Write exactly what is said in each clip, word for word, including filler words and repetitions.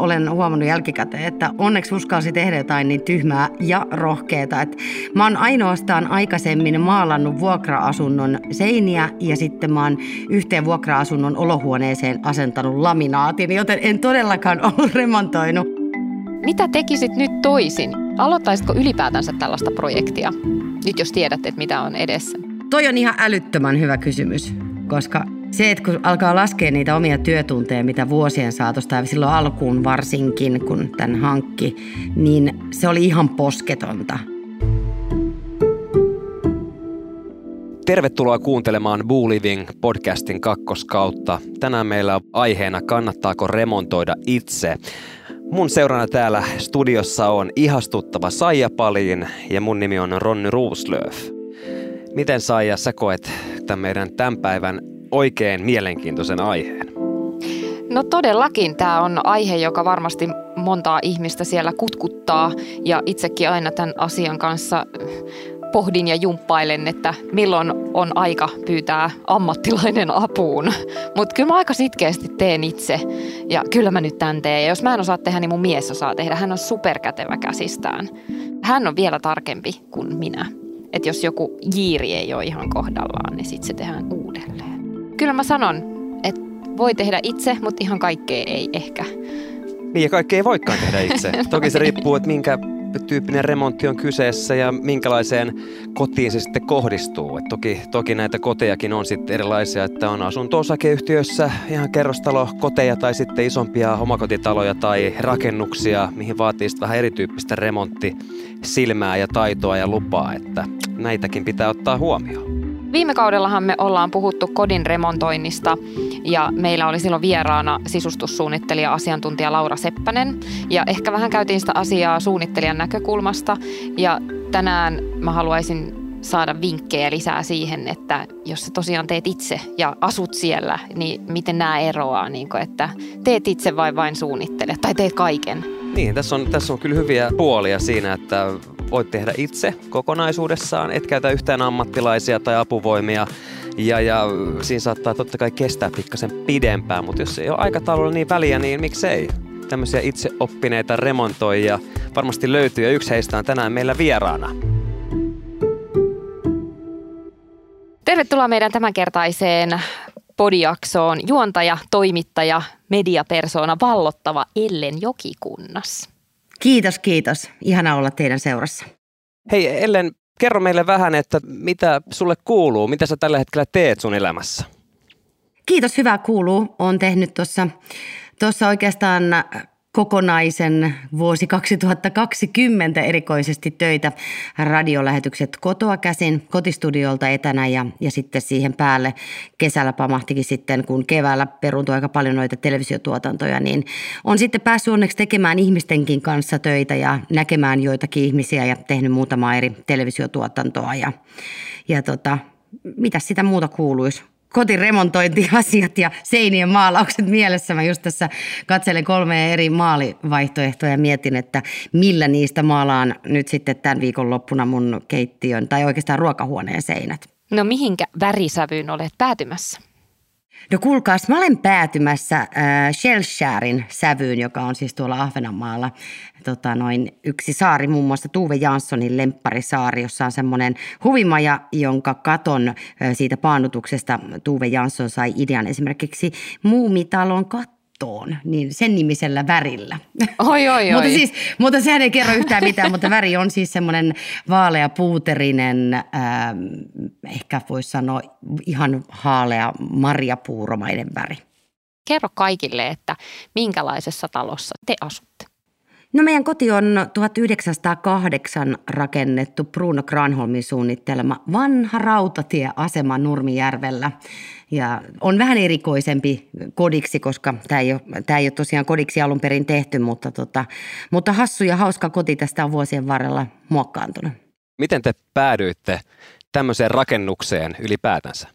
olen huomannut jälkikäteen, että onneksi uskalsi tehdä jotain niin tyhmää ja rohkeata. Et mä oon ainoastaan aikaisemmin maalannut vuokra-asunnon seiniä ja sitten mä oon yhteen vuokra-asunnon olohuoneeseen asentanut laminaatin, joten en todellakaan ollut remontoinut. Mitä tekisit nyt toisin? Aloittaisitko ylipäätänsä tällaista projektia, nyt jos tiedät, että mitä on edessä? Toi on ihan älyttömän hyvä kysymys, koska se, että kun alkaa laskea niitä omia työtunteja, mitä vuosien saatosta ja silloin alkuun varsinkin, kun tämän hankki, niin se oli ihan posketonta. Tervetuloa kuuntelemaan Boo Living podcastin kakkoskautta. Tänään meillä on aiheena kannattaako remontoida itse. Mun seurana täällä studiossa on ihastuttava Saija Palin ja mun nimi on Ronny Roslöf. Miten Saija, sä koet tämän meidän tämän päivän oikein mielenkiintoisen aiheen? No todellakin tämä on aihe, joka varmasti montaa ihmistä siellä kutkuttaa ja itsekin aina tämän asian kanssa pohdin ja jumppailen, että milloin on aika pyytää ammattilainen apuun. Mutta kyllä mä aika sitkeästi teen itse ja kyllä mä nyt tän teen. Ja jos mä en osaa tehdä, niin mun mies osaa tehdä. Hän on superkätevä käsistään. Hän on vielä tarkempi kuin minä. Että jos joku jiiri ei ole ihan kohdallaan, niin sitten se tehdään uudelleen. Kyllä mä sanon, että voi tehdä itse, mutta ihan kaikkea ei ehkä. Niin ja kaikkea ei voikaan tehdä itse. Toki se riippuu, että minkä tyyppinen remontti on kyseessä ja minkälaiseen kotiin se sitten kohdistuu. Et toki, toki näitä kotejakin on sitten erilaisia, että on asunto-osakeyhtiöissä ihan kerrostalokoteja tai sitten isompia omakotitaloja tai rakennuksia, mihin vaatii sitten vähän erityyppistä remonttisilmää ja taitoa ja lupaa, että näitäkin pitää ottaa huomioon. Viime kaudellahan me ollaan puhuttu kodin remontoinnista ja meillä oli silloin vieraana sisustussuunnittelija asiantuntija Laura Seppänen ja ehkä vähän käytiin sitä asiaa suunnittelijan näkökulmasta ja tänään mä haluaisin saada vinkkejä lisää siihen, että jos sä tosiaan teet itse ja asut siellä, niin miten nämä eroaa, niin kuin, että teet itse vai vain suunnittelet tai teet kaiken? Niin, tässä on, tässä on kyllä hyviä puolia siinä, että voit tehdä itse kokonaisuudessaan, et käytä yhtään ammattilaisia tai apuvoimia ja, ja siinä saattaa totta kai kestää pikkasen pidempään, mutta jos ei ole aikataululla niin väliä, niin miksei? Tämmöisiä itse oppineita remontoijia varmasti löytyy ja yksi heistä on tänään meillä vieraana. Tervetuloa meidän tämänkertaiseen podijaksoon juontaja, toimittaja, mediapersoona vallottava Ellen Jokikunnas. Kiitos, kiitos. Ihana olla teidän seurassa. Hei Ellen, kerro meille vähän, että mitä sulle kuuluu, mitä sä tällä hetkellä teet sun elämässä? Kiitos, hyvää kuuluu. Olen tehnyt tuossa tuossa oikeastaan kokonaisen vuosi kaksituhattakaksikymmentä erikoisesti töitä, radiolähetykset kotoa käsin, kotistudiolta etänä ja, ja sitten siihen päälle kesällä pamahtikin sitten, kun keväällä peruuntui aika paljon noita televisiotuotantoja, niin on sitten päässyt onneksi tekemään ihmistenkin kanssa töitä ja näkemään joitakin ihmisiä ja tehnyt muutamaa eri televisiotuotantoa ja, ja tota, mitäs sitä muuta kuuluisi? Kotiremontointiasiat ja seinien maalaukset mielessä. Mä just tässä katselen kolmea eri maalivaihtoehtoja ja mietin, että millä niistä maalaan nyt sitten tämän viikonloppuna mun keittiön tai oikeastaan ruokahuoneen seinät. No mihinkä värisävyyn olet päätymässä? No kuulkaas, mä olen päätymässä äh, Shellsharin sävyyn, joka on siis tuolla Ahvenanmaalla tota, noin yksi saari, muun muassa Tove Janssonin lempparisaari, jossa on semmoinen huvimaja, jonka katon äh, siitä paannutuksesta Tove Jansson sai idean esimerkiksi Muumitalon kattoon, niin sen nimisellä värillä. Oi, oi, oi. mutta, siis, mutta sehän ei kerro yhtään mitään, mutta väri on siis semmoinen vaalea puuterinen, äh, ehkä voisi sanoa ihan haalea marjapuuromainen väri. Kerro kaikille, että minkälaisessa talossa te asutte? No meidän koti on tuhatyhdeksänsataakahdeksan rakennettu Bruno Granholmin suunnittelema vanha rautatieasema Nurmijärvellä. Ja on vähän erikoisempi kodiksi, koska tämä ei ole, tämä ei ole tosiaan kodiksi alun perin tehty, mutta, tota, mutta hassu ja hauska koti tästä on vuosien varrella muokkaantunut. Miten te päädyitte tämmöiseen rakennukseen ylipäätänsä?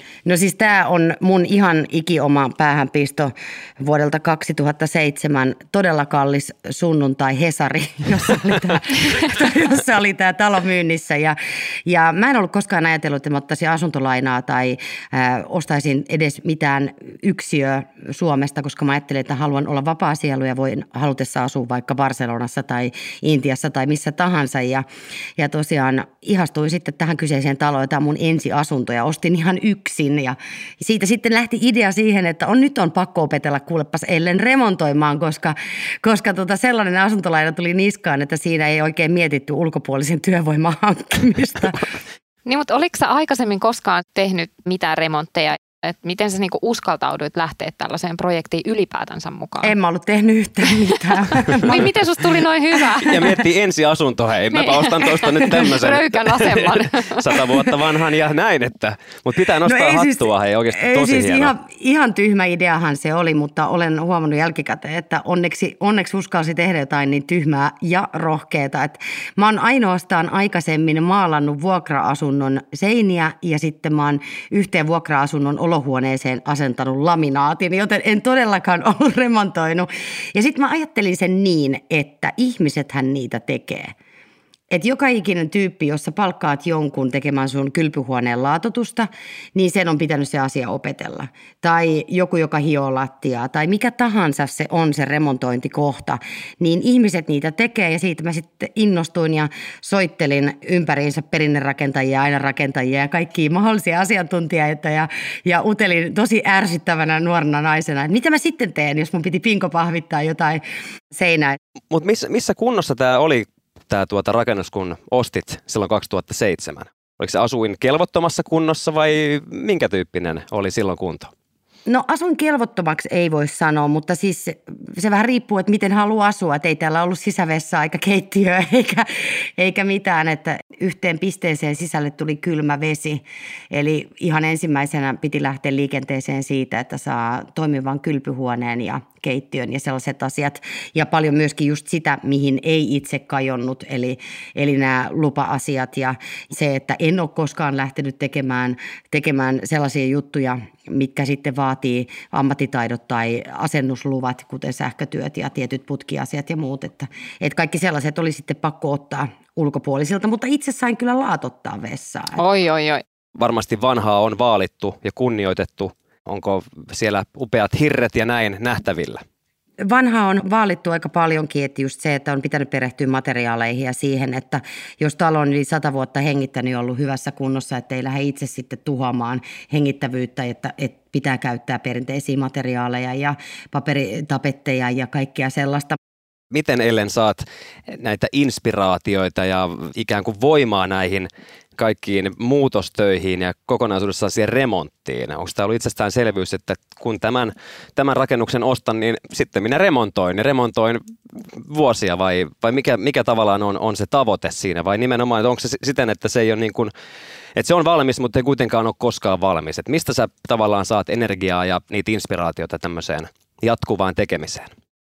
No siis tämä on mun ihan ikioma päähänpisto vuodelta kaksituhattaseitsemän, todella kallis sunnuntai Hesari, jossa oli tämä, jossa oli tämä talo myynnissä. Ja, ja mä en ollut koskaan ajatellut, että mä ottaisin asuntolainaa tai äh, ostaisin edes mitään yksiöä Suomesta, koska mä ajattelin, että haluan olla vapaa sielu ja voin halutessa asua vaikka Barcelonassa tai Intiassa tai missä tahansa. Ja, ja tosiaan ihastuin sitten tähän kyseiseen taloon, tämä on mun ensiasunto ja ostin ihan yksin. Ja siitä sitten lähti idea siihen, että on, nyt on pakko opetella kuulepas Ellen remontoimaan, koska, koska tota sellainen asuntolaina tuli niskaan, että siinä ei oikein mietitty ulkopuolisen työvoiman hankkimista. Niin, mutta oliko sä aikaisemmin koskaan tehnyt mitään remontteja? Että miten sä niinku uskaltauduit lähteä tällaiseen projektiin ylipäätänsä mukaan? En mä ollut tehnyt yhtään mitään. Niin miten susta tuli noin hyvä? Ja miettii ensiasunto, hei, mäpä ostan tuosta nyt tämmöisen. Röykän asemman. Sata vuotta vanhan ja näin, että. Mutta pitää nostaa no hattua, siis, hei, oikeasti ei tosi siis hieno. Ihan, ihan tyhmä ideahan se oli, mutta olen huomannut jälkikäteen, että onneksi, onneksi uskalsi tehdä jotain niin tyhmää ja rohkeata. Että mä oon ainoastaan aikaisemmin maalannut vuokra-asunnon seiniä ja sitten mä oon yhteen vuokra-asunnon olohuoneeseen asentanut laminaatin, joten en todellakaan ollut remontoinut. Ja sitten mä ajattelin sen niin, että ihmisethän niitä tekee. Että joka ikinen tyyppi, jossa palkkaat jonkun tekemään sun kylpyhuoneen laatotusta, niin sen on pitänyt se asia opetella. Tai joku, joka hioo lattiaa, tai mikä tahansa se on se remontointikohta, niin ihmiset niitä tekee. Ja siitä mä sitten innostuin ja soittelin ympäriinsä perinnerakentajia, aina rakentajia ja kaikkia mahdollisia asiantuntijoita. Ja, ja utelin tosi ärsyttävänä nuorena naisena, että mitä mä sitten teen, jos mun piti pinkopahvittaa jotain seinää. Mutta missä, missä kunnossa tämä oli? Tämä tuota rakennus, kun ostit silloin kaksituhattaseitsemän. Oliko se asuin kelvottomassa kunnossa vai minkä tyyppinen oli silloin kunto? No asuin kelvottomaksi ei voi sanoa, mutta siis se, se vähän riippuu, että miten haluaa asua. Että ei täällä ollut sisävessaa eikä keittiöä eikä, eikä mitään, että yhteen pisteeseen sisälle tuli kylmä vesi. Eli ihan ensimmäisenä piti lähteä liikenteeseen siitä, että saa toimivan kylpyhuoneen ja keittiön ja sellaiset asiat. Ja paljon myöskin just sitä, mihin ei itse kajonnut, eli, eli nämä lupa-asiat ja se, että en ole koskaan lähtenyt tekemään, tekemään sellaisia juttuja, mitkä sitten vaatii ammattitaidot tai asennusluvat, kuten sähkötyöt ja tietyt putkiasiat ja muut. Että, että kaikki sellaiset oli sitten pakko ottaa ulkopuolisilta, mutta itse sain kyllä laatottaa vessaa. Oi, oi, oi. Varmasti vanhaa on vaalittu ja kunnioitettu. Onko siellä upeat hirret ja näin nähtävillä? Vanha on vaalittu aika paljonkin, että just se, että on pitänyt perehtyä materiaaleihin ja siihen, että jos talo on yli sata vuotta hengittänyt, niin on ollut hyvässä kunnossa, että ei lähde itse sitten tuhoamaan hengittävyyttä, että, että pitää käyttää perinteisiä materiaaleja ja paperitapetteja ja kaikkea sellaista. Miten Ellen saat näitä inspiraatioita ja ikään kuin voimaa näihin kaikkiin muutostöihin ja kokonaisuudessaan siihen remonttiin? Onko tämä ollut itsestäänselvyys, että kun tämän, tämän rakennuksen ostan, niin sitten minä remontoin ja remontoin vuosia vai, vai mikä, mikä tavallaan on, on se tavoite siinä? Vai nimenomaan, että onko se siten, että se ei ole niin kuin, että se on valmis, mutta ei kuitenkaan ole koskaan valmis? Että mistä sä tavallaan saat energiaa ja niitä inspiraatioita tämmöiseen jatkuvaan tekemiseen?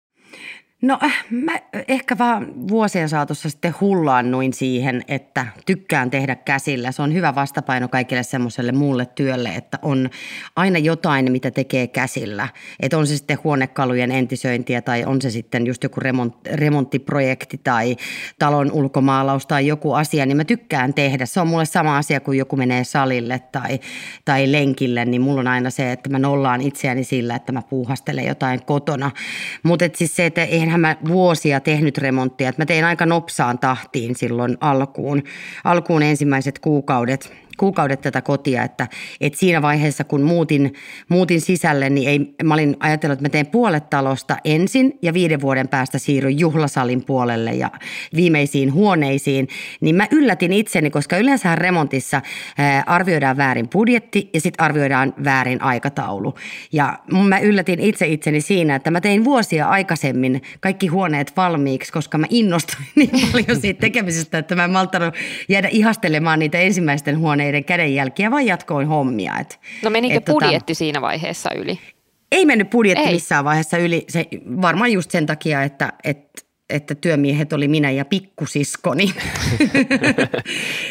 No mä ehkä vaan vuosien saatossa sitten hullaannuin siihen, että tykkään tehdä käsillä. Se on hyvä vastapaino kaikille semmoiselle muulle työlle, että on aina jotain, mitä tekee käsillä. Että on se sitten huonekalujen entisöintiä tai on se sitten just joku remont, remonttiprojekti tai talon ulkomaalaus tai joku asia, niin mä tykkään tehdä. Se on mulle sama asia kuin joku menee salille tai, tai lenkille, niin mulla on aina se, että mä nollaan itseäni sillä, että mä puuhastelen jotain kotona. Mutta siis se, että eihän mä vuosia tehnyt remonttia, että mä tein aika nopsaan tahtiin silloin alkuun, alkuun ensimmäiset kuukaudet, kuukaudet tätä kotia, että, että siinä vaiheessa kun muutin, muutin sisälle, niin ei, mä olin ajatellut, että mä teen puolet talosta ensin ja viiden vuoden päästä siirryin juhlasalin puolelle ja viimeisiin huoneisiin, niin mä yllätin itseni, koska yleensähän remontissa ää, arvioidaan väärin budjetti ja sitten arvioidaan väärin aikataulu. Ja mä yllätin itse itseni siinä, että mä tein vuosia aikaisemmin kaikki huoneet valmiiksi, koska mä innostuin niin paljon siitä tekemisestä, että mä en malttanut jäädä ihastelemaan niitä ensimmäisten huoneiden kädenjälkiä, vaan jatkoin hommia. Et, no menikö et, budjetti tota, siinä vaiheessa yli? Ei mennyt budjetti ei. missään vaiheessa yli. Se, varmaan just sen takia, että, että, että työmiehet oli minä ja pikkusiskoni.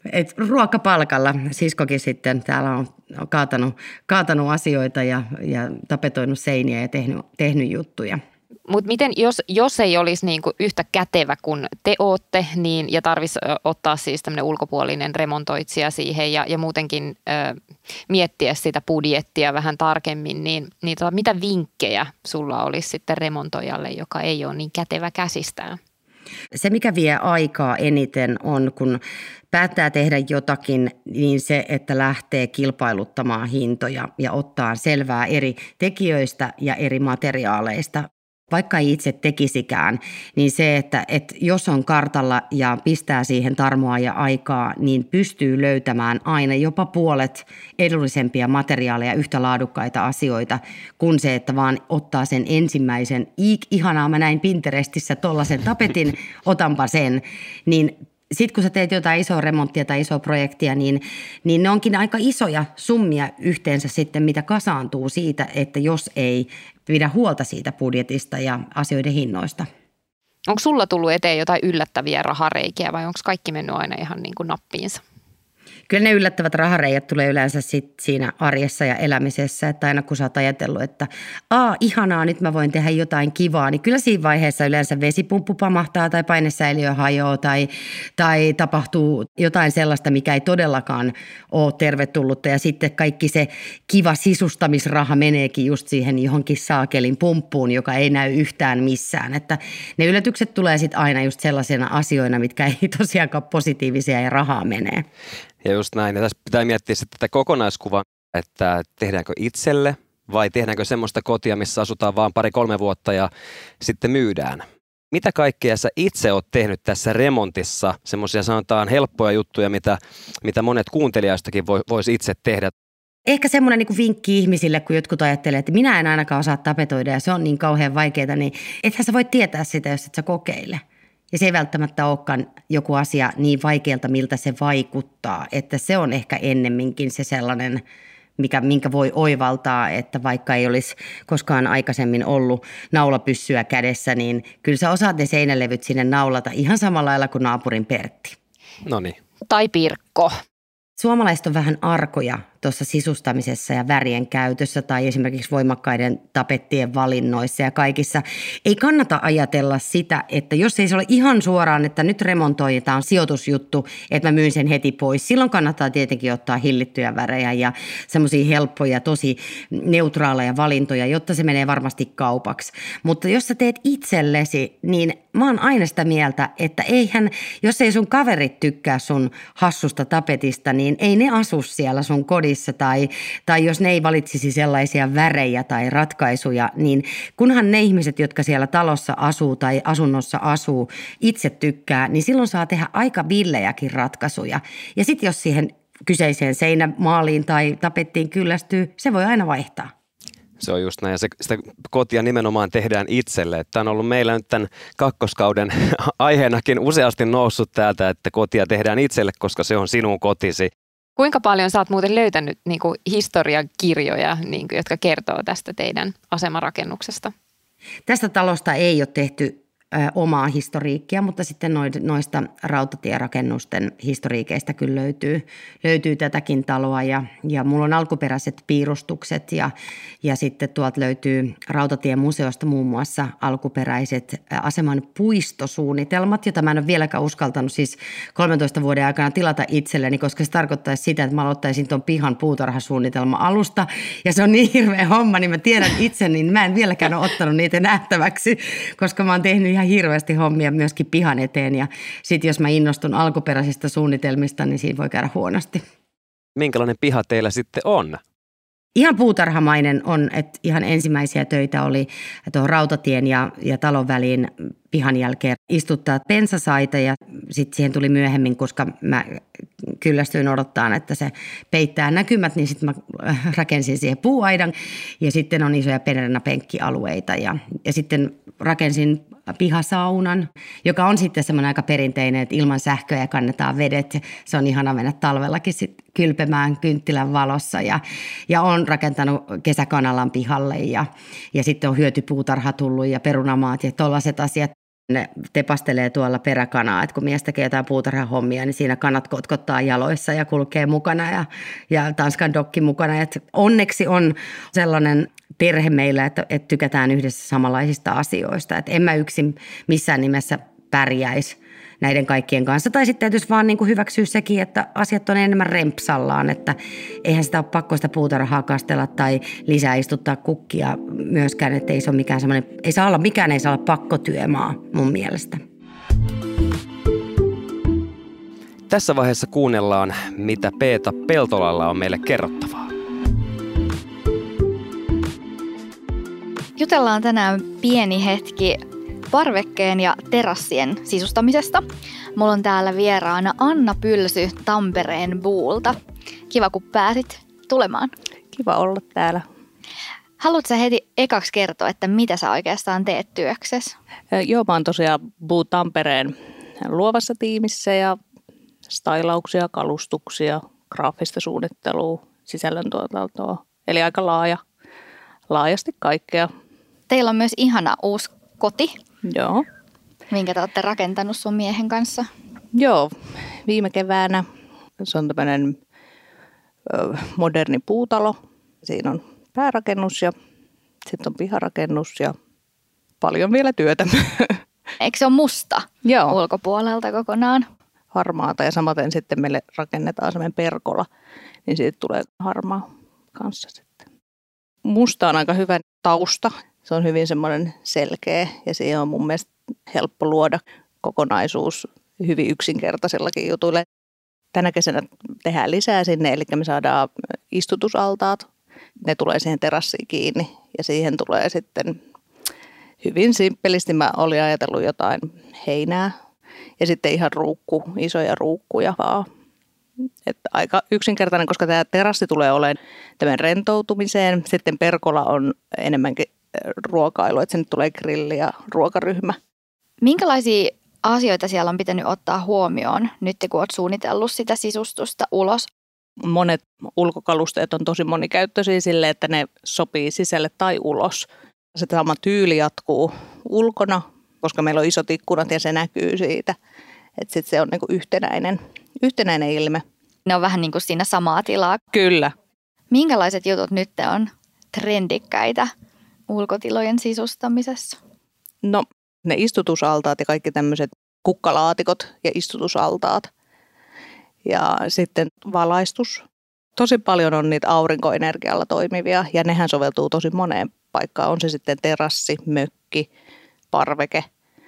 Et ruokapalkalla siskokin sitten täällä on kaatanut, kaatanut asioita ja, ja tapetoinut seiniä ja tehnyt, tehnyt juttuja. Mutta miten, jos, jos ei olisi niinku yhtä kätevä kuin te ootte, niin, ja tarvitsisi ottaa siis tämmöinen ulkopuolinen remontoitsija siihen ja, ja muutenkin ö, miettiä sitä budjettia vähän tarkemmin, niin, niin tota, mitä vinkkejä sulla olisi sitten remontoijalle, joka ei ole niin kätevä käsistään? Se, mikä vie aikaa eniten on, kun päättää tehdä jotakin, niin se, että lähtee kilpailuttamaan hintoja ja ottaa selvää eri tekijöistä ja eri materiaaleista. Vaikka ei itse tekisikään, niin se, että, että jos on kartalla ja pistää siihen tarmoa ja aikaa, niin pystyy löytämään aina jopa puolet edullisempia materiaaleja, yhtä laadukkaita asioita, kuin se, että vaan ottaa sen ensimmäisen, iik, ihanaa, mä näin Pinterestissä tollaisen tapetin, otanpa sen, niin sitten kun sä teet jotain isoa remonttia tai isoa projektia, niin, niin ne onkin aika isoja summia yhteensä sitten, mitä kasaantuu siitä, että jos ei pidä huolta siitä budjetista ja asioiden hinnoista. Onko sulla tullut eteen jotain yllättäviä rahareikiä vai onko kaikki mennyt aina ihan niin kuin nappiinsa? Kyllä ne yllättävät rahareijat tulee yleensä sit siinä arjessa ja elämisessä, että aina kun sä oot ajatellut, että aa ihanaa, nyt mä voin tehdä jotain kivaa, niin kyllä siinä vaiheessa yleensä vesipumppu pamahtaa tai painesäiliö hajoaa tai, tai tapahtuu jotain sellaista, mikä ei todellakaan ole tervetullutta ja sitten kaikki se kiva sisustamisraha meneekin just siihen johonkin saakelin pumppuun, joka ei näy yhtään missään, että ne yllätykset tulee sitten aina just sellaisena asioina, mitkä ei tosiaankaan positiivisia ja rahaa menee. Ja just näin. Ja tässä pitää miettiä sitten tätä kokonaiskuvaa, että tehdäänkö itselle vai tehdäänkö semmoista kotia, missä asutaan vaan pari-kolme vuotta ja sitten myydään. Mitä kaikkea sä itse oot tehnyt tässä remontissa, semmoisia sanotaan helppoja juttuja, mitä, mitä monet kuuntelijoistakin voi, voisi itse tehdä? Ehkä semmoinen niin kuin vinkki ihmisille, kun jotkut ajattelee, että minä en ainakaan osaa tapetoida ja se on niin kauhean vaikeaa, niin ethän sä voi tietää sitä, jos et sä kokeile. Ja se ei välttämättä olekaan joku asia niin vaikealta, miltä se vaikuttaa, että se on ehkä ennemminkin se sellainen, mikä, minkä voi oivaltaa, että vaikka ei olisi koskaan aikaisemmin ollut naulapyssyä kädessä, niin kyllä sä osaat ne seinälevyt sinne naulata ihan samalla lailla kuin naapurin Pertti. Noniin. Tai Pirkko. Suomalaiset on vähän arkoja tuossa sisustamisessa ja värien käytössä tai esimerkiksi voimakkaiden tapettien valinnoissa ja kaikissa. Ei kannata ajatella sitä, että jos ei se ole ihan suoraan, että nyt remontoitaan sijoitusjuttu, että mä myyn sen heti pois. Silloin kannattaa tietenkin ottaa hillittyjä värejä ja semmoisia helppoja, tosi neutraaleja valintoja, jotta se menee varmasti kaupaksi. Mutta jos sä teet itsellesi, niin mä oon aina sitä mieltä, että eihän, jos ei sun kaverit tykkää sun hassusta tapetista, niin ei ne asu siellä sun kodissa tai, tai jos ne ei valitsisi sellaisia värejä tai ratkaisuja, niin kunhan ne ihmiset, jotka siellä talossa asuu tai asunnossa asuu, itse tykkää, niin silloin saa tehdä aika villejäkin ratkaisuja. Ja sitten jos siihen kyseiseen seinämaaliin tai tapettiin kyllästyy, se voi aina vaihtaa. Se on just näin, ja se, sitä kotia nimenomaan tehdään itselle. Tämä on ollut meillä nyt tämän kakkoskauden aiheenakin useasti noussut täältä, että kotia tehdään itselle, koska se on sinun kotisi. Kuinka paljon sä oot muuten löytänyt niin kuin historiakirjoja, niin kuin, jotka kertoo tästä teidän asemarakennuksesta? Tästä talosta ei ole tehty ö, omaa historiikkia, mutta sitten noista rautatierakennusten historiikeista kyllä löytyy, löytyy tätäkin taloa. Ja, ja mulla on alkuperäiset piirustukset ja, ja sitten tuolta löytyy Rautatiemuseosta muun muassa alkuperäiset aseman puistosuunnitelmat, jota mä en ole vieläkään uskaltanut siis kolmentoista vuoden aikana tilata itselleni, koska se tarkoittaisi sitä, että mä aloittaisin tuon pihan puutarhasuunnitelma alusta ja se on niin hirveä homma, niin mä tiedän itse, niin mä en vieläkään ole ottanut niitä nähtäväksi, koska mä oon tehnyt ihan hirveästi hommia myöskin pihan eteen ja sitten jos mä innostun alkuperäisistä suunnitelmista, niin siinä voi käydä huonosti. Minkälainen piha teillä sitten on? Ihan puutarhamainen on, että ihan ensimmäisiä töitä oli tuohon rautatien ja, ja talon väliin pihan jälkeen istuttaa pensasaita ja sitten siihen tuli myöhemmin, koska mä kyllästyin odottaa, että se peittää näkymät, niin sitten mä rakensin siihen puuaidan ja sitten on isoja penkkialueita ja, ja sitten rakensin pihasaunan, joka on sitten semmoinen aika perinteinen, että ilman sähköä kannetaan vedet. Se on ihana mennä talvellakin sitten kylpemään kynttilän valossa ja, ja on rakentanut kesäkanalan pihalle ja, ja sitten on hyötypuutarha tullut ja perunamaat ja tollaiset asiat. Ne tepastelee tuolla peräkanaa, että kun mies tekee jotain puutarhahommia, niin siinä kanat kotkottaa jaloissa ja kulkee mukana ja, ja Tanskan dokki mukana. Et onneksi on sellainen perhe meillä, että, että tykätään yhdessä samanlaisista asioista. Et en mä yksin missään nimessä pärjäisi näiden kaikkien kanssa. Tai sitten täytyisi vaan niin kuin hyväksyä sekin, että asiat on enemmän rempsallaan, että eihän sitä ole pakko sitä puutarhaa kastella tai lisää istuttaa kukkia myöskään, että ei se ole mikään semmoinen, ei saa olla, mikään ei saa olla pakkotyömaa mun mielestä. Tässä vaiheessa kuunnellaan, mitä Peeta Peltolalla on meille kerrottavaa. Jutellaan tänään pieni hetki parvekkeen ja terassien sisustamisesta. Mulla on täällä vieraana Anna Pylsy Tampereen Buulta. Kiva, kun pääsit tulemaan. Kiva olla täällä. Haluatko sä heti ekaksi kertoa, että mitä sä oikeastaan teet työksessä? Joo, mä oon tosiaan Buu Tampereen luovassa tiimissä ja stylauksia, kalustuksia, graafista suunnittelua, sisällöntuotantoa. Eli aika laaja, laajasti kaikkea. Teillä on myös ihana uusi koti. Joo. Minkä te olette rakentanut sun miehen kanssa? Joo, viime keväänä. Se on tämmöinen moderni puutalo. Siinä on päärakennus ja sitten on piharakennus ja paljon vielä työtä. Eikö se ole musta Joo. ulkopuolelta kokonaan? Harmaata ja samaten sitten meille rakennetaan semmoinen pergola, niin siitä tulee harmaa kanssa sitten. Musta on aika hyvä tausta. Se on hyvin semmoinen selkeä ja siihen on mun mielestä helppo luoda kokonaisuus hyvin yksinkertaisillakin jutuilla. Tänä kesänä tehdään lisää sinne, eli me saadaan istutusaltaat. Ne tulee siihen terassiin kiinni ja siihen tulee sitten hyvin simppelisti. Mä olin ajatellut jotain heinää ja sitten ihan ruukku, isoja ruukkuja vaan. Että aika yksinkertainen, koska tämä terassi tulee olemaan tämän rentoutumiseen. Sitten pergola on enemmänkin ruokailu, että sinne tulee grilli ja ruokaryhmä. Minkälaisia asioita siellä on pitänyt ottaa huomioon nyt, kun olet suunnitellut sitä sisustusta ulos? Monet ulkokalusteet on tosi monikäyttöisiä sille, että ne sopii sisälle tai ulos. Se sama tyyli jatkuu ulkona, koska meillä on isot ikkunat ja se näkyy siitä. Että sitten se on niinku yhtenäinen, yhtenäinen ilme. Ne on vähän niin kuin siinä samaa tilaa. Kyllä. Minkälaiset jutut nyt on trendikkäitä ulkotilojen sisustamisessa? No ne istutusaltaat ja kaikki tämmöiset kukkalaatikot ja istutusaltaat. Ja sitten valaistus. Tosi paljon on niitä aurinkoenergialla toimivia ja nehän soveltuu tosi moneen paikkaan. On se sitten terassi, mökki, parveke.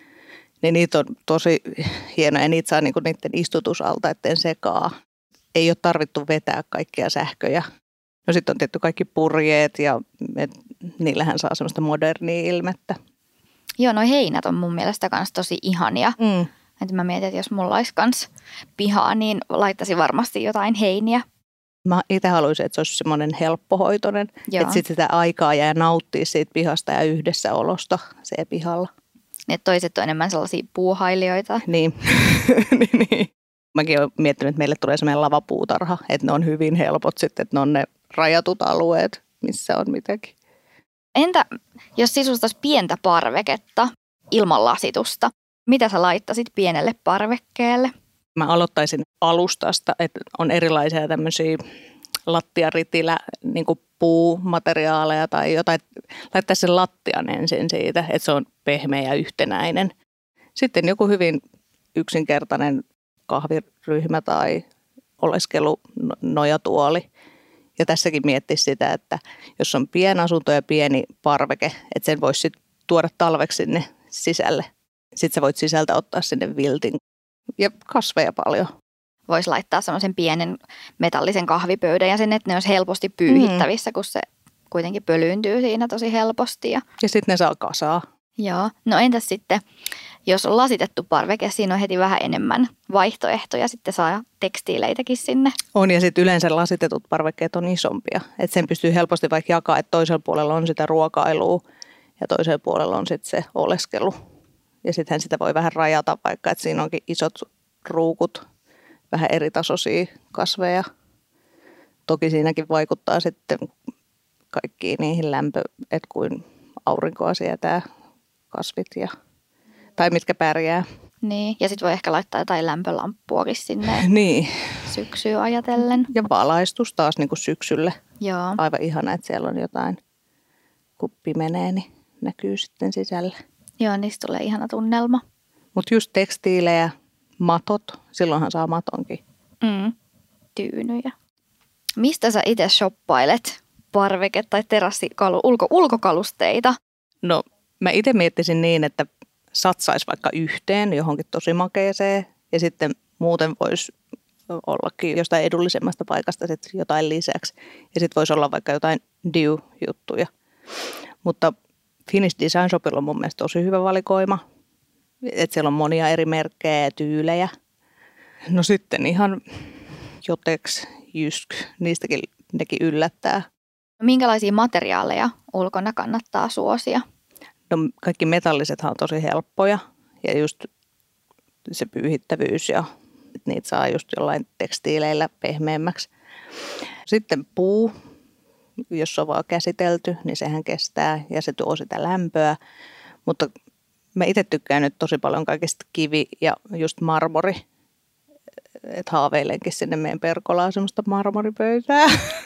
Niin niitä on tosi hienoja ja niitä saa niinku niiden istutusalta, etten sekaa. Ei ole tarvittu vetää kaikkia sähköjä. No sitten on tietty kaikki purjeet ja et, niillähän saa semmoista modernia ilmettä. Joo, noi heinät on mun mielestä kans tosi ihania. Mm. Että mä mietin, että jos mulla olisi kans pihaa, niin laittaisin varmasti jotain heiniä. Mä itse haluaisin, että se olisi semmoinen helppohoitoinen. Joo. Että sitten sitä aikaa jää nauttia siitä pihasta ja yhdessäolosta se pihalla. Ne toiset on enemmän sellaisia puuhailijoita. Niin. niin, niin. Mäkin olen miettinyt, että meille tulee semmoinen lavapuutarha, että ne on hyvin helpot sitten, että ne on ne rajatut alueet, missä on mitäkin. Entä jos sisustaisi pientä parveketta ilman lasitusta? Mitä sä laittaisit pienelle parvekkeelle? Mä aloittaisin alustasta, että on erilaisia tämmöisiä lattiaritillä niin kuin puumateriaaleja tai jotain. Laittaisi sen lattian ensin siitä, että se on pehmeä ja yhtenäinen. Sitten joku hyvin yksinkertainen kahviryhmä tai oleskelu nojatuoli. Ja tässäkin miettisi sitä, että jos on pieni asunto ja pieni parveke, että sen voisi sitten tuoda talveksi sinne sisälle. Sitten sä voit sisältä ottaa sinne viltin ja kasveja paljon. Voisi laittaa semmoisen pienen metallisen kahvipöydän ja sen, että ne olisi helposti pyyhittävissä, mm. kun se kuitenkin pölyyntyy siinä tosi helposti. Ja, ja sitten ne saa kasaa. Joo. No entäs sitten, jos on lasitettu parveke, siinä on heti vähän enemmän vaihtoehtoja. Sitten saa tekstiileitäkin sinne. On ja sitten yleensä lasitetut parvekkeet on isompia. Että sen pystyy helposti vaikka jakaa, että toisella puolella on sitä ruokailua ja toisella puolella on sitten se oleskelu. Ja sittenhän sitä voi vähän rajata vaikka, että siinä onkin isot ruukut, vähän eri tasoisia kasveja. Toki siinäkin vaikuttaa sitten kaikkiin niihin lämpö, että kuin aurinkoa sietää kasvit ja tai mitkä pärjää. Niin, ja sitten voi ehkä laittaa jotain lämpölamppuakin sinne Niin. syksyä ajatellen. Ja valaistus taas niin kuin syksylle. Joo. Aivan ihana, että siellä on jotain, kun pimenee, niin näkyy sitten sisällä. Joo, niistä tulee ihana tunnelma. Mutta just tekstiilejä, matot, silloinhan saa matonkin. Mm. Tyynyjä. Mistä sä itse shoppailet parveke- tai terassikalu, ulko, ulkokalusteita? No mä itse miettisin niin, että satsaisi vaikka yhteen johonkin tosi makeeseen ja sitten muuten voisi ollakin jostain edullisemmasta paikasta sit jotain lisäksi. Ja sitten voisi olla vaikka jotain Diu-juttuja. Mutta Finnish Design Shopilla on mun mielestä tosi hyvä valikoima. Että siellä on monia eri merkkejä ja tyylejä. No sitten ihan Jotex, Jysk, niistäkin nekin yllättää. Minkälaisia materiaaleja ulkona kannattaa suosia? No kaikki metallisethan on tosi helppoja ja just se pyyhittävyys ja niitä saa just jollain tekstiileillä pehmeämmäksi. Sitten puu, jos on vaan käsitelty, niin sehän kestää ja se tuo sitä lämpöä. Mutta mä itse tykkään nyt tosi paljon kaikista kivi ja just marmori. Että haaveilenkin sinne meidän Perkolaan semmoista marmoripöytää.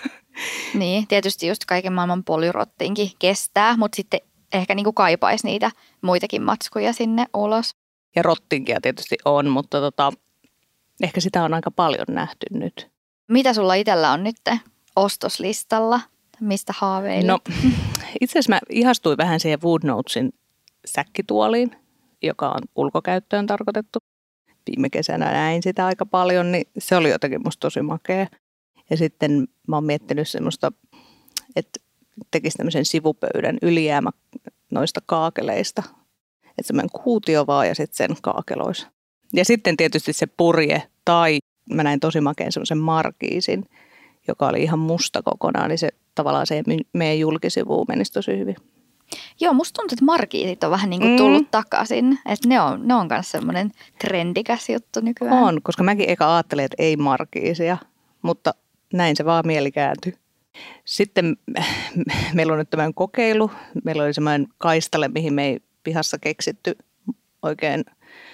Niin, tietysti just kaiken maailman polyrottinkin kestää, mutta sitten ehkä niinku kaipaisi niitä muitakin matskuja sinne ulos. Ja rottinkia tietysti on, mutta tota, ehkä sitä on aika paljon nähty nyt. Mitä sulla itsellä on nyt ostoslistalla? Mistä haaveilet? No itse asiassa mä ihastuin vähän siihen Woodnotesin säkkituoliin, joka on ulkokäyttöön tarkoitettu. Viime kesänä näin sitä aika paljon, niin se oli jotenkin musta tosi makea. Ja sitten mä oon miettinyt semmoista, että tekisi tämmöisen sivupöydän ylijäämä noista kaakeleista. Että semmoinen kuutio vaan ja sitten sen kaakeloisi. Ja sitten tietysti se purje tai mä näin tosi makeen semmoisen markiisin, joka oli ihan musta kokonaan, niin se tavallaan se meidän julkisivuun menisi tosi hyvin. Joo, musta tuntuu, että markiisit on vähän niin kuin tullut mm. takaisin. Että ne on, ne on myös semmoinen trendikäs juttu nykyään. On, koska mäkin eka ajattelin, että ei markiisia, mutta näin se vaan mieli kääntyi. Sitten meillä on nyt tämän kokeilu. Meillä oli semmoinen kaistale, mihin me ei pihassa keksitty oikein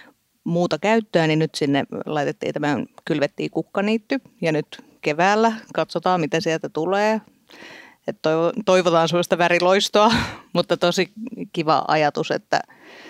muuta käyttöä, niin nyt sinne laitettiin tämän, kylvettiin kukkaniitty ja nyt keväällä katsotaan, mitä sieltä tulee. Että toivotaan sellaista väriloistoa, mutta tosi kiva ajatus, että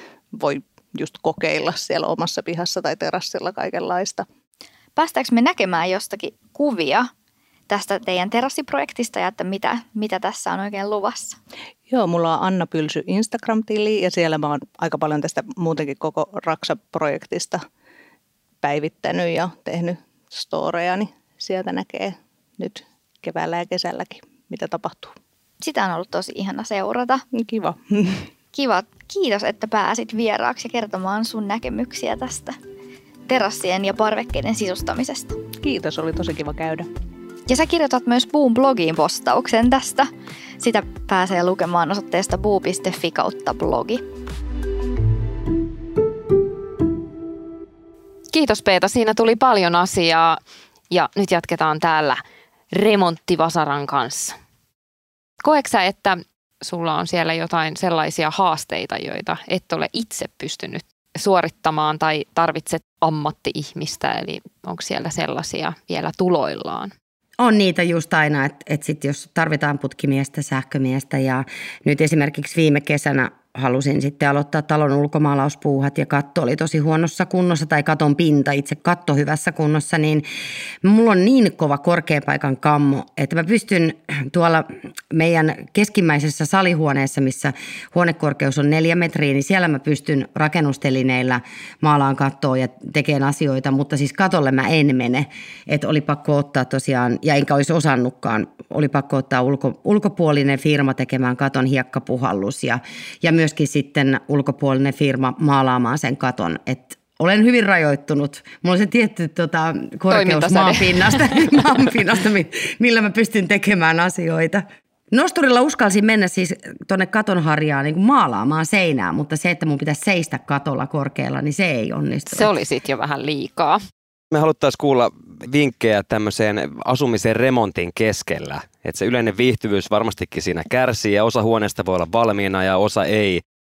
voi just kokeilla siellä omassa pihassa tai terassilla kaikenlaista. Päästäänkö me näkemään jostakin kuvia tästä teidän terassiprojektista ja että mitä, mitä tässä on oikein luvassa? Joo, mulla on Anna Pylsy Instagram-tili ja siellä mä oon aika paljon tästä muutenkin koko Raksa-projektista päivittänyt ja tehnyt storeja, niin sieltä näkee nyt keväällä ja kesälläkin, mitä tapahtuu. Sitä on ollut tosi ihana seurata. Kiva. Kiva. Kiitos, että pääsit vieraaksi ja kertomaan sun näkemyksiä tästä terassien ja parvekkeiden sisustamisesta. Kiitos, oli tosi kiva käydä. Ja sä kirjoitat myös Boom blogiin postauksen tästä. Sitä pääsee lukemaan osoitteesta buu piste fi kautta blogi. Kiitos Peeta, siinä tuli paljon asiaa ja nyt jatketaan täällä remonttivasaran kanssa. Koetko sä, että sulla on siellä jotain sellaisia haasteita, joita et ole itse pystynyt suorittamaan tai tarvitset ammatti-ihmistä, eli onko siellä sellaisia vielä tuloillaan? On niitä just aina, että, että sit jos tarvitaan putkimiestä, sähkömiestä ja nyt esimerkiksi viime kesänä halusin sitten aloittaa talon ulkomaalauspuuhat ja katto oli tosi huonossa kunnossa tai katon pinta, itse katto hyvässä kunnossa, niin mulla on niin kova korkeapaikan kammo, että mä pystyn tuolla meidän keskimmäisessä salihuoneessa, missä huonekorkeus on neljä metriä, niin siellä mä pystyn rakennustelineillä maalaan kattoa ja tekemään asioita, mutta siis katolle mä en mene, että oli pakko ottaa tosiaan, ja enkä olisi osannutkaan, oli pakko ottaa ulko, ulkopuolinen firma tekemään katon hiekkapuhallus ja, ja myöskin sitten ulkopuolinen firma maalaamaan sen katon, että olen hyvin rajoittunut. Mulla on se tietty tota, korkeus maanpinnasta, maanpinnasta, millä mä pystyn tekemään asioita. Nosturilla uskalsin mennä siis tuonne katon harjaan niin kuin maalaamaan seinää, mutta se, että mun pitäisi seistä katolla korkealla, niin se ei onnistu. Se oli sitten jo vähän liikaa. Me haluttaisiin kuulla vinkkejä tämmöiseen asumisen remontin keskellä. Että se yleinen viihtyvyys varmastikin siinä kärsii ja osa huoneesta voi olla valmiina ja osa ei.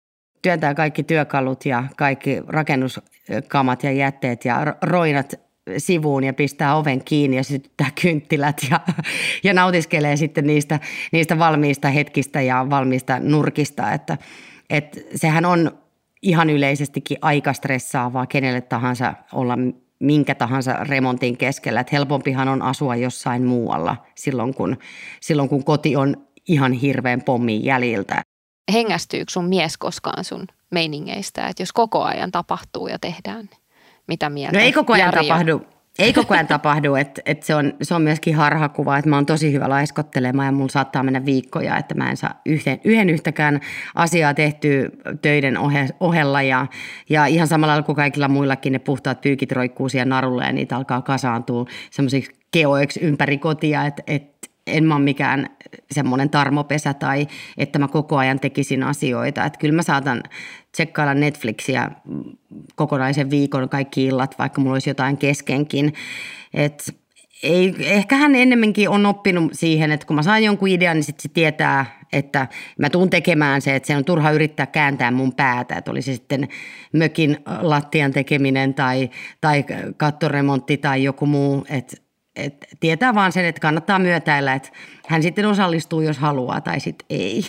työntää kaikki työkalut ja kaikki rakennuskamat ja jätteet ja roinat sivuun ja pistää oven kiinni ja sytyttää kynttilät ja, ja nautiskelee sitten niistä, niistä valmiista hetkistä ja valmiista nurkista, että, että sehän on ihan yleisestikin aika stressaavaa kenelle tahansa olla minkä tahansa remontin keskellä, että helpompihan on asua jossain muualla silloin kun, silloin kun koti on ihan hirveän pommin jäljiltä. Hengästyykö sun mies koskaan sun meiningeistä, että jos koko ajan tapahtuu ja tehdään, mitä mieltä? No ei koko ajan Jari tapahdu. Ei koko ajan tapahdu, että, että se, on, se on myöskin harhakuva, että mä oon tosi hyvä laiskottelemaan ja mulla saattaa mennä viikkoja, että mä en saa yhden, yhden yhtäkään asiaa tehtyä töiden ohe, ohella ja, ja ihan samalla lailla kuin kaikilla muillakin ne puhtaat pyykit roikkuu siellä narulle ja niitä alkaa kasaantua semmoisiksi keoiksi ympäri kotia, että, että en mä ole mikään semmoinen tarmopesä tai että mä koko ajan tekisin asioita. Että kyllä mä saatan tsekkailla Netflixiä kokonaisen viikon kaikki illat, vaikka mulla olisi jotain keskenkin. Että ei, ehkä hän ennemminkin on oppinut siihen, että kun mä saan jonkun idean, niin sitten se tietää, että mä tuun tekemään se, että se on turha yrittää kääntää mun päätä. Että oli se sitten mökin lattian tekeminen tai, tai kattoremontti tai joku muu, että Et tietää vaan sen, että kannattaa myötäillä, että hän sitten osallistuu, jos haluaa, tai sitten ei.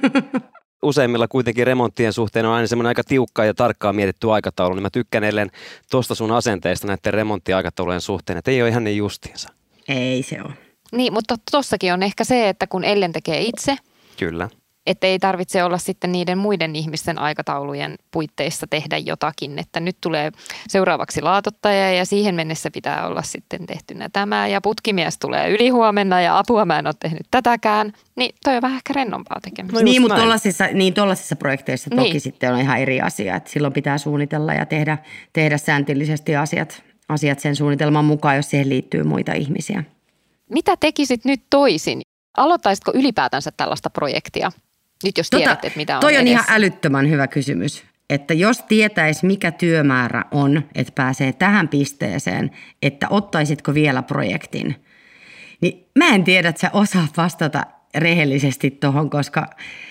Useimmilla kuitenkin remonttien suhteen on aina semmoinen aika tiukka ja tarkkaan mietitty aikataulu, niin mä tykkään edelleen tuosta sun asenteesta näiden remonttiaikataulujen suhteen, että ei ole ihan niin justiinsa. Ei se ole. Niin, mutta tossakin on ehkä se, että kun Ellen tekee itse, Kyllä. että ei tarvitse olla sitten niiden muiden ihmisten aikataulujen puitteissa tehdä jotakin, että nyt tulee seuraavaksi laatottaja ja siihen mennessä pitää olla sitten tehtynä tämä ja putkimies tulee ylihuomenna ja apua mä en ole tehnyt tätäkään, niin toi on vähän ehkä rennompaa tekemistä. No niin, mutta tuollaisissa, niin tuollaisissa projekteissa toki niin. sitten on ihan eri asia, että silloin pitää suunnitella ja tehdä, tehdä sääntillisesti asiat, asiat sen suunnitelman mukaan, jos siihen liittyy muita ihmisiä. Mitä tekisit nyt toisin? Aloittaisitko ylipäätänsä tällaista projektia? Nyt jos tiedät, tota, että mitä on toi on edessä. ihan älyttömän hyvä kysymys, että jos tietäisi mikä työmäärä on, että pääsee tähän pisteeseen, että ottaisitko vielä projektin, niin mä en tiedä, että sä osaat vastata rehellisesti tuohon, koska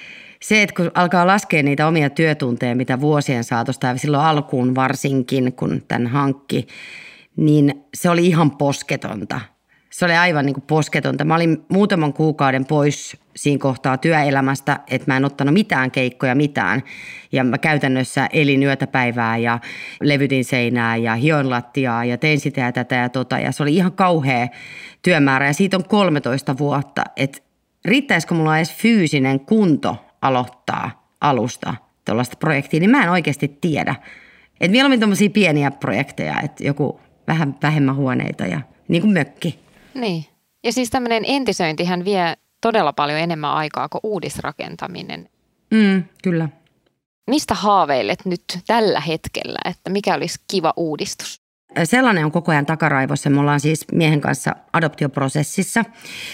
se, että kun alkaa laskea niitä omia työtunteja, mitä vuosien saatosta ja silloin alkuun varsinkin, kun tämän hankki, niin se oli ihan posketonta. Se oli aivan niin kuin posketonta. Mä olin muutaman kuukauden pois siinä kohtaa työelämästä, että mä en ottanut mitään keikkoja, mitään. Ja mä käytännössä elin yötä päivää ja levytin seinää ja hioin lattiaa ja tein sitä ja tätä ja tota. Ja se oli ihan kauhea työmäärä ja siitä on kolmetoista vuotta. Että riittäisikö mulla edes fyysinen kunto aloittaa alusta tuollaista projektia, niin mä en oikeasti tiedä. Että mieluummin tommosia pieniä projekteja, että joku vähän vähemmän huoneita ja niin kuin mökki. Niin. Ja siis tämmöinen entisöintihän vie todella paljon enemmän aikaa kuin uudisrakentaminen. Mm, kyllä. Mistä haaveilet nyt tällä hetkellä, että mikä olisi kiva uudistus? Sellainen on koko ajan takaraivossa. Me ollaan siis miehen kanssa adoptioprosessissa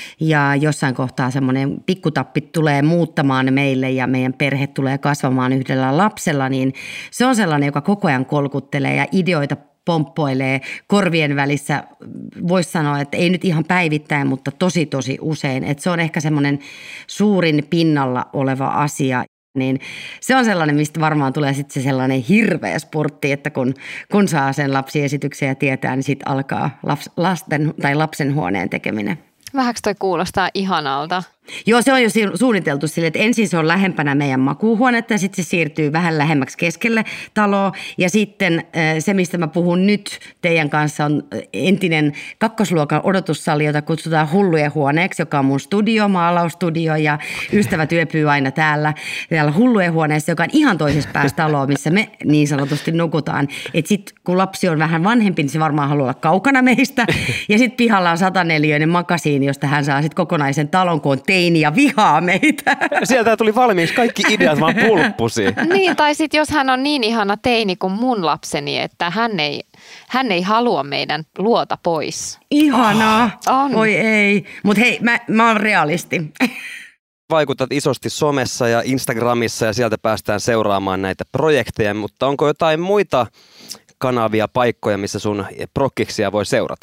ja jossain kohtaa semmoinen pikkutappi tulee muuttamaan meille ja meidän perhe tulee kasvamaan yhdellä lapsella, niin se on sellainen, joka koko ajan kolkuttelee ja ideoita pomppoilee korvien välissä. Voisi sanoa, että ei nyt ihan päivittäin, mutta tosi tosi usein. Että se on ehkä semmoinen suurin pinnalla oleva asia. Niin se on sellainen, mistä varmaan tulee sitten se sellainen hirveä spurtti, että kun, kun saa sen lapsiesityksen ja tietää, niin sitten alkaa laps, lasten tai lapsenhuoneen tekeminen. Vähäks toi kuulostaa ihanalta? Joo, se on jo suunniteltu sille, että ensin se on lähempänä meidän makuuhuonetta ja sitten se siirtyy vähän lähemmäksi keskelle taloa. Ja sitten se, mistä mä puhun nyt teidän kanssa, on entinen kakkosluokan odotussali, jota kutsutaan Hullujen huoneeksi, joka on mun studio, maalausstudio ja ystävät yöpyy aina täällä, täällä Hullujen huoneessa, joka on ihan toisessa päässä taloa, missä me niin sanotusti nukutaan. Että sitten kun lapsi on vähän vanhempi, niin se varmaan haluaa olla kaukana meistä. Ja sitten pihalla on sataneliöinen makasiini, josta hän saa sitten kokonaisen talon, kun on teini ja vihaa meitä. Sieltä tuli valmiiksi kaikki ideat vaan pulppusi. Niin, tai sitten jos hän on niin ihana teini kuin mun lapseni, että hän ei, hän ei halua meidän luota pois. Ihanaa. On. Oi ei. Mutta hei, mä, mä oon realisti. Vaikutat isosti somessa ja Instagramissa ja sieltä päästään seuraamaan näitä projekteja, mutta onko jotain muita kanavia, paikkoja, missä sun prokkiksia voi seurata?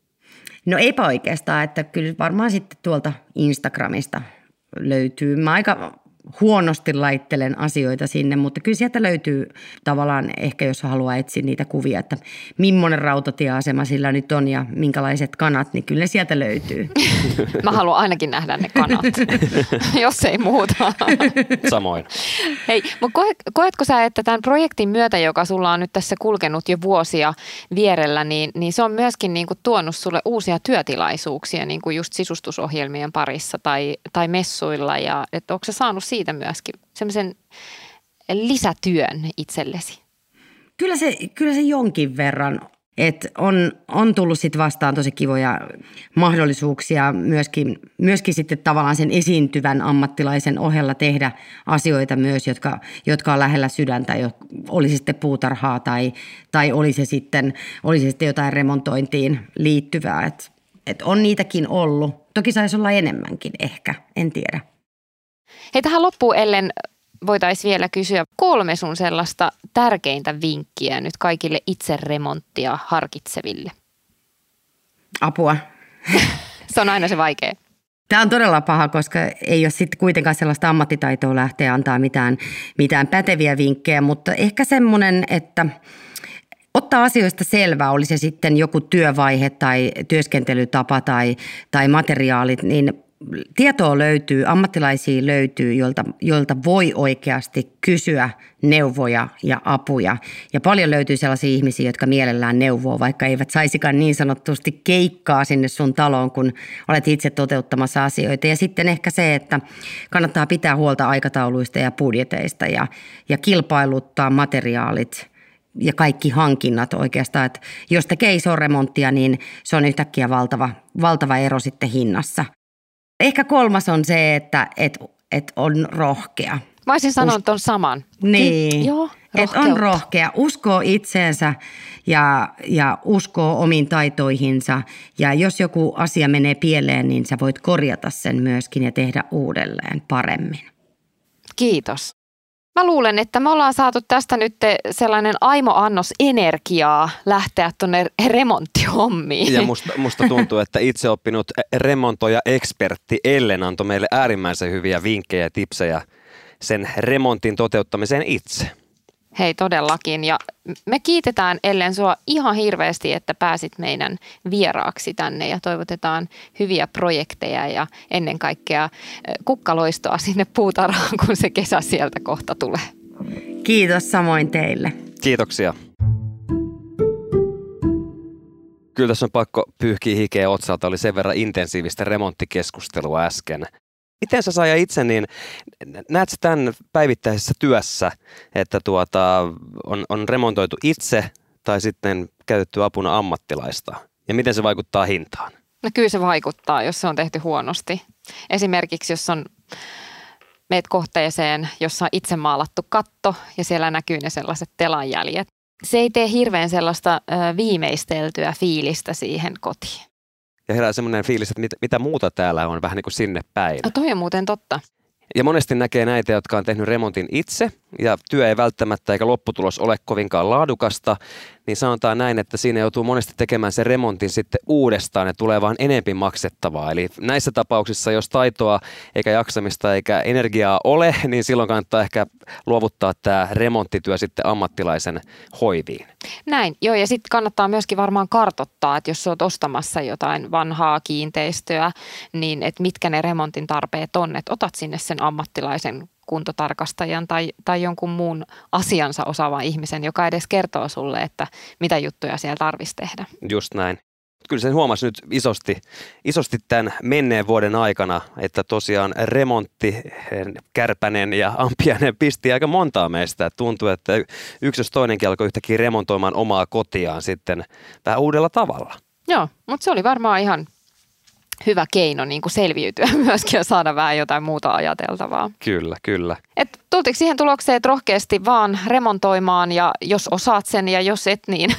No eipä oikeastaan, että kyllä varmaan sitten tuolta Instagramista löytyy. Mä aika huonosti laittelen asioita sinne, mutta kyllä sieltä löytyy tavallaan ehkä, jos haluaa etsiä niitä kuvia, että millainen rautatieasema sillä nyt on ja minkälaiset kanat, niin kyllä ne sieltä löytyy. Mä haluan ainakin nähdä ne kanat, jos ei muuta. Samoin. Hei, mutta koetko sä, että tämän projektin myötä, joka sulla on nyt tässä kulkenut jo vuosia vierellä, niin, niin se on myöskin niin kuin tuonut sulle uusia työtilaisuuksia niin kuin just sisustusohjelmien parissa tai, tai messuilla ja että onko sä saanut siitä myöskin semmoisen lisätyön itsellesi? Kyllä se, kyllä se jonkin verran. Et on, on tullut sit vastaan tosi kivoja mahdollisuuksia myöskin, myöskin sitten tavallaan sen esiintyvän ammattilaisen ohella tehdä asioita myös, jotka, jotka on lähellä sydäntä, jo, oli se sitten puutarhaa tai, tai oli, se sitten, oli se sitten jotain remontointiin liittyvää. Et, et on niitäkin ollut. Toki saisi olla enemmänkin ehkä, en tiedä. Hei, tähän loppuun Ellen voitaisiin vielä kysyä kolme sun sellaista tärkeintä vinkkiä nyt kaikille itseremonttia harkitseville. Apua. Se on aina se vaikea. Tämä on todella paha, koska ei ole sitten kuitenkaan sellaista ammattitaitoa lähteä antaa mitään, mitään päteviä vinkkejä, mutta ehkä semmoinen, että ottaa asioista selvää, oli se sitten joku työvaihe tai työskentelytapa tai, tai materiaalit, niin tietoa löytyy, ammattilaisia löytyy, joilta, joilta voi oikeasti kysyä neuvoja ja apuja. Ja paljon löytyy sellaisia ihmisiä, jotka mielellään neuvoo, vaikka eivät saisikaan niin sanotusti keikkaa sinne sun taloon, kun olet itse toteuttamassa asioita. Ja sitten ehkä se, että kannattaa pitää huolta aikatauluista ja budjeteista ja, ja kilpailuttaa materiaalit ja kaikki hankinnat oikeastaan. Että jos tekee iso remonttia, niin se on yhtäkkiä valtava, valtava ero sitten hinnassa. Ehkä kolmas on se, että et, et on rohkea. Mä olisin sanonut ton saman. Niin, Joo, että on rohkea, uskoo itseensä ja, ja uskoo omiin taitoihinsa. Ja jos joku asia menee pieleen, niin sä voit korjata sen myöskin ja tehdä uudelleen paremmin. Kiitos. Mä luulen, että me ollaan saatu tästä nyt sellainen aimo-annos energiaa lähteä tuonne remonttihommiin. Ja musta, musta tuntuu, että itse oppinut remontoija-ekspertti Ellen antoi meille äärimmäisen hyviä vinkkejä ja tipsejä sen remontin toteuttamiseen itse. Hei, todellakin. Ja me kiitetään Ellen sua ihan hirveästi, että pääsit meidän vieraaksi tänne ja toivotetaan hyviä projekteja ja ennen kaikkea kukkaloistoa sinne puutarhaan, kun se kesä sieltä kohta tulee. Kiitos samoin teille. Kiitoksia. Kyllä tässä on pakko pyyhkiä hikeä otsalta. Oli sen verran intensiivistä remonttikeskustelua äsken. Miten sä Saija itse, niin näet sä tämän päivittäisessä työssä, että tuota, on, on remontoitu itse tai sitten käytetty apuna ammattilaista? Ja miten se vaikuttaa hintaan? No kyllä se vaikuttaa, jos se on tehty huonosti. Esimerkiksi jos on meet kohteeseen, jossa on itse maalattu katto ja siellä näkyy ne sellaiset telanjäljet. Se ei tee hirveän sellaista ö, viimeisteltyä fiilistä siihen kotiin. Ja herää semmoinen fiilis, että mit, mitä muuta täällä on vähän niin kuin sinne päin. No toi on muuten totta. Ja monesti näkee näitä, jotka on tehnyt remontin itse ja työ ei välttämättä eikä lopputulos ole kovinkaan laadukasta, niin sanotaan näin, että siinä joutuu monesti tekemään sen remontin sitten uudestaan ja tulee vaan enempi maksettavaa. Eli näissä tapauksissa, jos taitoa eikä jaksamista eikä energiaa ole, niin silloin kannattaa ehkä luovuttaa tämä remonttityö sitten ammattilaisen hoiviin. Näin, joo, ja sitten kannattaa myöskin varmaan kartoittaa, että jos olet ostamassa jotain vanhaa kiinteistöä, niin että mitkä ne remontin tarpeet on, että otat sinne sen ammattilaisen kuntotarkastajan tai, tai jonkun muun asiansa osaavan ihmisen, joka edes kertoo sulle, että mitä juttuja siellä tarvitsisi tehdä. Just näin. Kyllä sen huomasi nyt isosti, isosti tämän menneen vuoden aikana, että tosiaan remontti, Kärpänen ja Ampiainen pisti aika montaa meistä. Tuntuu, että yksi jos toinenkin alkoi yhtäkkiä remontoimaan omaa kotiaan sitten vähän uudella tavalla. Joo, mutta se oli varmaan ihan hyvä keino niin kuin selviytyä myöskin ja saada vähän jotain muuta ajateltavaa. Kyllä, kyllä. Et tultiinko siihen tulokseen, että rohkeasti vaan remontoimaan ja jos osaat sen ja jos et, niin,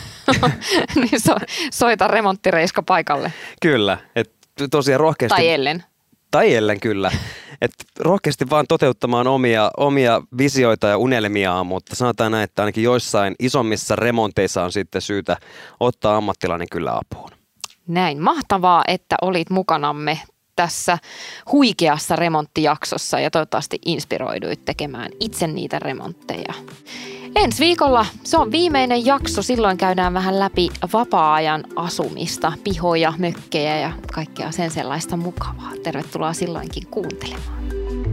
niin so, soita remonttireiska paikalle. Kyllä, että tosiaan rohkeasti. Tai Ellen. Tai Ellen, kyllä. Että rohkeasti vaan toteuttamaan omia, omia visioita ja unelmiaan, mutta sanotaan näin, että ainakin joissain isommissa remonteissa on sitten syytä ottaa ammattilainen kyllä apuun. Näin, mahtavaa, että olit mukanamme tässä huikeassa remonttijaksossa ja toivottavasti inspiroiduit tekemään itse niitä remontteja. Ensi viikolla se on viimeinen jakso, silloin käydään vähän läpi vapaa-ajan asumista, pihoja, mökkejä ja kaikkea sen sellaista mukavaa. Tervetuloa silloinkin kuuntelemaan.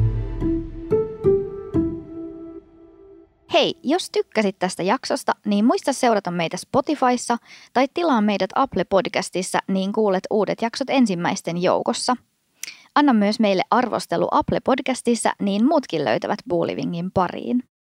Hei, jos tykkäsit tästä jaksosta, niin muista seurata meitä Spotifyssa tai tilaa meidät Apple Podcastissa, niin kuulet uudet jaksot ensimmäisten joukossa. Anna myös meille arvostelu Apple Podcastissa, niin muutkin löytävät Boolivingin pariin.